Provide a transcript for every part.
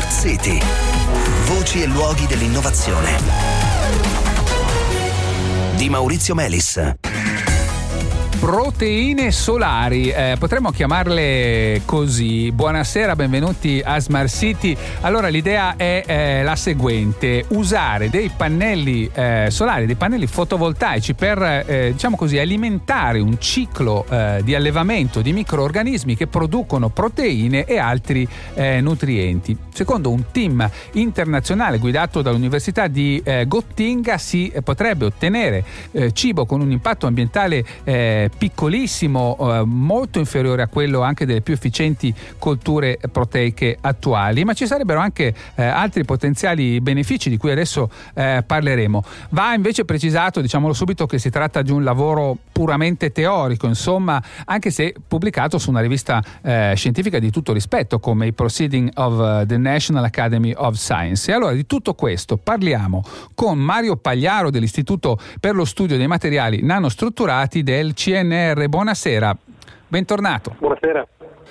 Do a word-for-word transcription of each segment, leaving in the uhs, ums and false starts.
Smart City. Voci e luoghi dell'innovazione. Di Maurizio Melis. Proteine solari, eh, potremmo chiamarle così. Buonasera, benvenuti a Smart City. Allora l'idea è eh, la seguente: usare dei pannelli eh, solari, dei pannelli fotovoltaici per eh, diciamo così alimentare un ciclo eh, di allevamento di microorganismi che producono proteine e altri eh, nutrienti. Secondo un team internazionale guidato dall'Università di eh, Gottinga si eh, potrebbe ottenere eh, cibo con un impatto ambientale eh, piccolissimo, eh, molto inferiore a quello anche delle più efficienti colture proteiche attuali, ma ci sarebbero anche eh, altri potenziali benefici di cui adesso eh, parleremo. Va invece precisato, diciamolo subito, che si tratta di un lavoro puramente teorico, insomma, anche se pubblicato su una rivista eh, scientifica di tutto rispetto come i Proceedings of the National Academy of Science. E allora di tutto questo parliamo con Mario Pagliaro dell'Istituto per lo Studio dei Materiali Nanostrutturati del C N R. Buonasera, bentornato. Buonasera.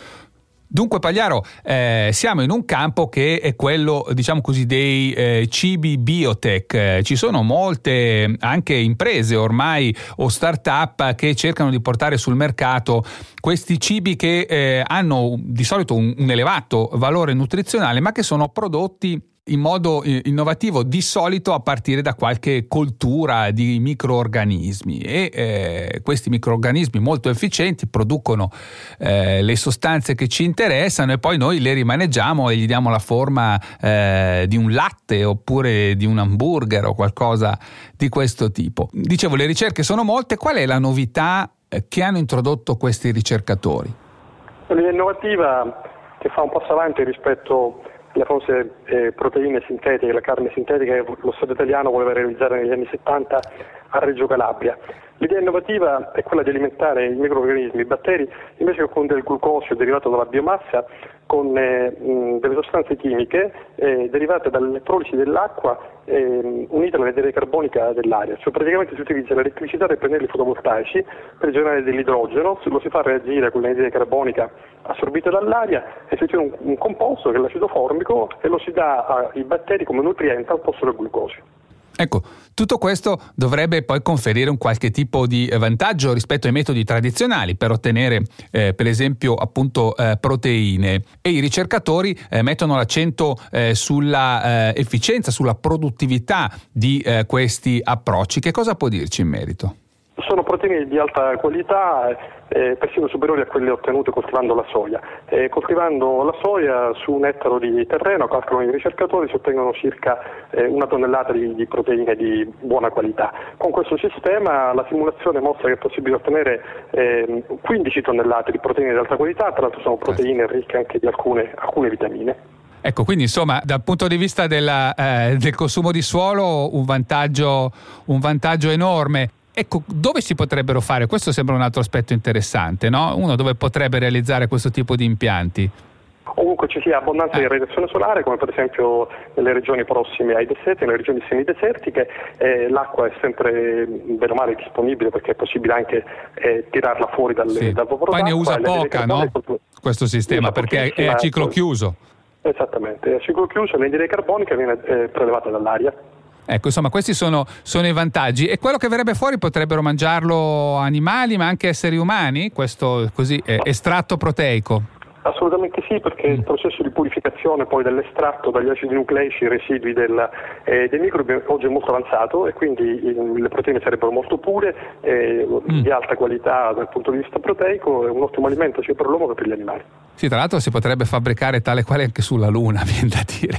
Dunque Pagliaro, eh, siamo in un campo che è quello, diciamo così, dei eh, cibi biotech. Eh, ci sono molte anche imprese ormai o start-up che cercano di portare sul mercato questi cibi che eh, hanno di solito un, un elevato valore nutrizionale, ma che sono prodotti in modo innovativo, di solito a partire da qualche coltura di microorganismi, e eh, questi microorganismi molto efficienti producono eh, le sostanze che ci interessano e poi noi le rimaneggiamo e gli diamo la forma eh, di un latte oppure di un hamburger o qualcosa di questo tipo. Dicevo, le ricerche sono molte. Qual è la novità eh, che hanno introdotto questi ricercatori? L'idea innovativa che fa un passo avanti rispetto le famose eh, proteine sintetiche, la carne sintetica che lo Stato italiano voleva realizzare negli anni settanta a Reggio Calabria. L'idea innovativa è quella di alimentare i microorganismi, i batteri, invece che con del glucosio derivato dalla biomassa, con eh, mh, delle sostanze chimiche eh, derivate dall'elettrolisi dell'acqua eh, unite all'anidride carbonica dell'aria. Cioè praticamente si utilizza l'elettricità dei pannelli fotovoltaici per generare dell'idrogeno, lo si fa reagire con l'anidride carbonica assorbita dall'aria e si ottiene un, un composto che è l'acido formico e lo si dà ai batteri come nutriente al posto del glucosio. Ecco, tutto questo dovrebbe poi conferire un qualche tipo di vantaggio rispetto ai metodi tradizionali per ottenere eh, per esempio appunto eh, proteine, e i ricercatori eh, mettono l'accento eh, sulla eh, efficienza, sulla produttività di eh, questi approcci. Che cosa può dirci in merito? Sono proteine di alta qualità, eh, persino superiori a quelle ottenute coltivando la soia. Eh, coltivando la soia su un ettaro di terreno, calcolano i ricercatori, si ottengono circa eh, una tonnellata di, di proteine di buona qualità. Con questo sistema la simulazione mostra che è possibile ottenere eh, quindici tonnellate di proteine di alta qualità, tra l'altro sono proteine ricche anche di alcune, alcune vitamine. Ecco, quindi insomma dal punto di vista della, eh, del consumo di suolo un vantaggio, un vantaggio enorme. Ecco, dove si potrebbero fare? Questo sembra un altro aspetto interessante, no? Uno dove potrebbe realizzare questo tipo di impianti? Ovunque ci sia abbondanza eh. di radiazione solare, come per esempio nelle regioni prossime ai deserti, nelle regioni semidesertiche, eh, l'acqua è sempre bene o male disponibile perché è possibile anche eh, tirarla fuori dal, sì. dal vapore Poi d'acqua. ne usa poca, no? Questo sistema, perché è a ciclo chiuso. Esattamente, è a ciclo chiuso, l'anidride carbonica viene eh, prelevata dall'aria. Ecco, insomma, questi sono, sono i vantaggi. E quello che verrebbe fuori potrebbero mangiarlo animali, ma anche esseri umani? Questo così eh, estratto proteico? Assolutamente sì, perché mm. il processo di purificazione poi dell'estratto dagli acidi nucleici residui del, eh, dei microbi oggi è molto avanzato e quindi il, le proteine sarebbero molto pure, eh, mm. di alta qualità dal punto di vista proteico, è un ottimo alimento sia per l'uomo che per gli animali. Sì, tra l'altro si potrebbe fabbricare tale quale anche sulla Luna, viene da dire.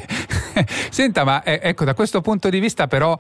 Senta, ma eh, ecco, da questo punto di vista però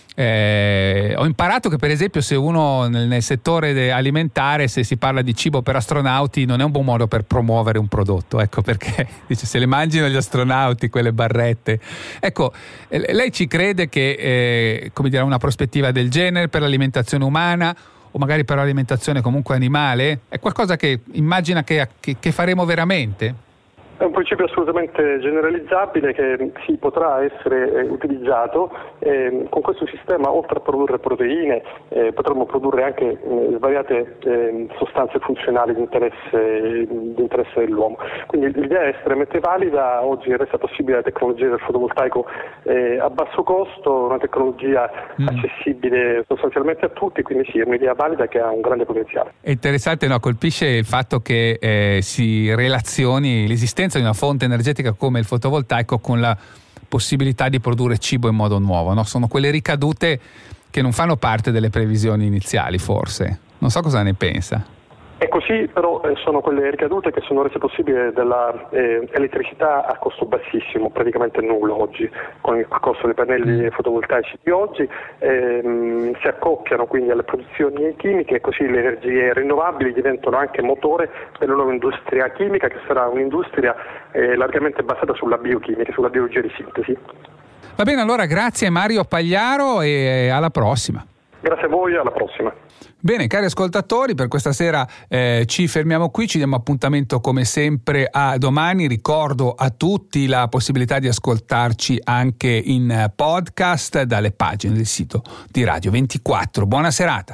Eh, ho imparato che per esempio se uno nel, nel settore de- alimentare, se si parla di cibo per astronauti, non è un buon modo per promuovere un prodotto, ecco perché dice se le mangino gli astronauti quelle barrette. Ecco, eh, lei ci crede che eh, come dire, una prospettiva del genere per l'alimentazione umana o magari per l'alimentazione comunque animale è qualcosa che immagina che, che, che faremo veramente? È un principio assolutamente generalizzabile che si potrà essere eh, utilizzato. Eh, con questo sistema, oltre a produrre proteine, eh, potremmo produrre anche eh, svariate eh, sostanze funzionali di interesse, di interesse dell'uomo. Quindi l'idea è estremamente valida. Oggi è resa possibile la tecnologia del fotovoltaico eh, a basso costo, una tecnologia mm. accessibile sostanzialmente a tutti, quindi sì, è un'idea valida che ha un grande potenziale. È interessante, no? Colpisce il fatto che eh, si relazioni l'esistenza di una fonte energetica come il fotovoltaico con la possibilità di produrre cibo in modo nuovo, no? Sono quelle ricadute che non fanno parte delle previsioni iniziali, forse. Non so cosa ne pensa. È così, però eh, sono quelle ricadute che sono rese possibili dalla eh, elettricità a costo bassissimo, praticamente nullo oggi, con il costo dei pannelli fotovoltaici di oggi, ehm, si accoppiano quindi alle produzioni chimiche e così le energie rinnovabili diventano anche motore per la nuova industria chimica, che sarà un'industria eh, largamente basata sulla biochimica, sulla biologia di sintesi. Va bene, allora grazie Mario Pagliaro e alla prossima. Grazie a voi, alla prossima. Bene, cari ascoltatori, per questa sera eh, ci fermiamo qui, ci diamo appuntamento come sempre a domani. Ricordo a tutti la possibilità di ascoltarci anche in podcast dalle pagine del sito di Radio ventiquattro. Buona serata.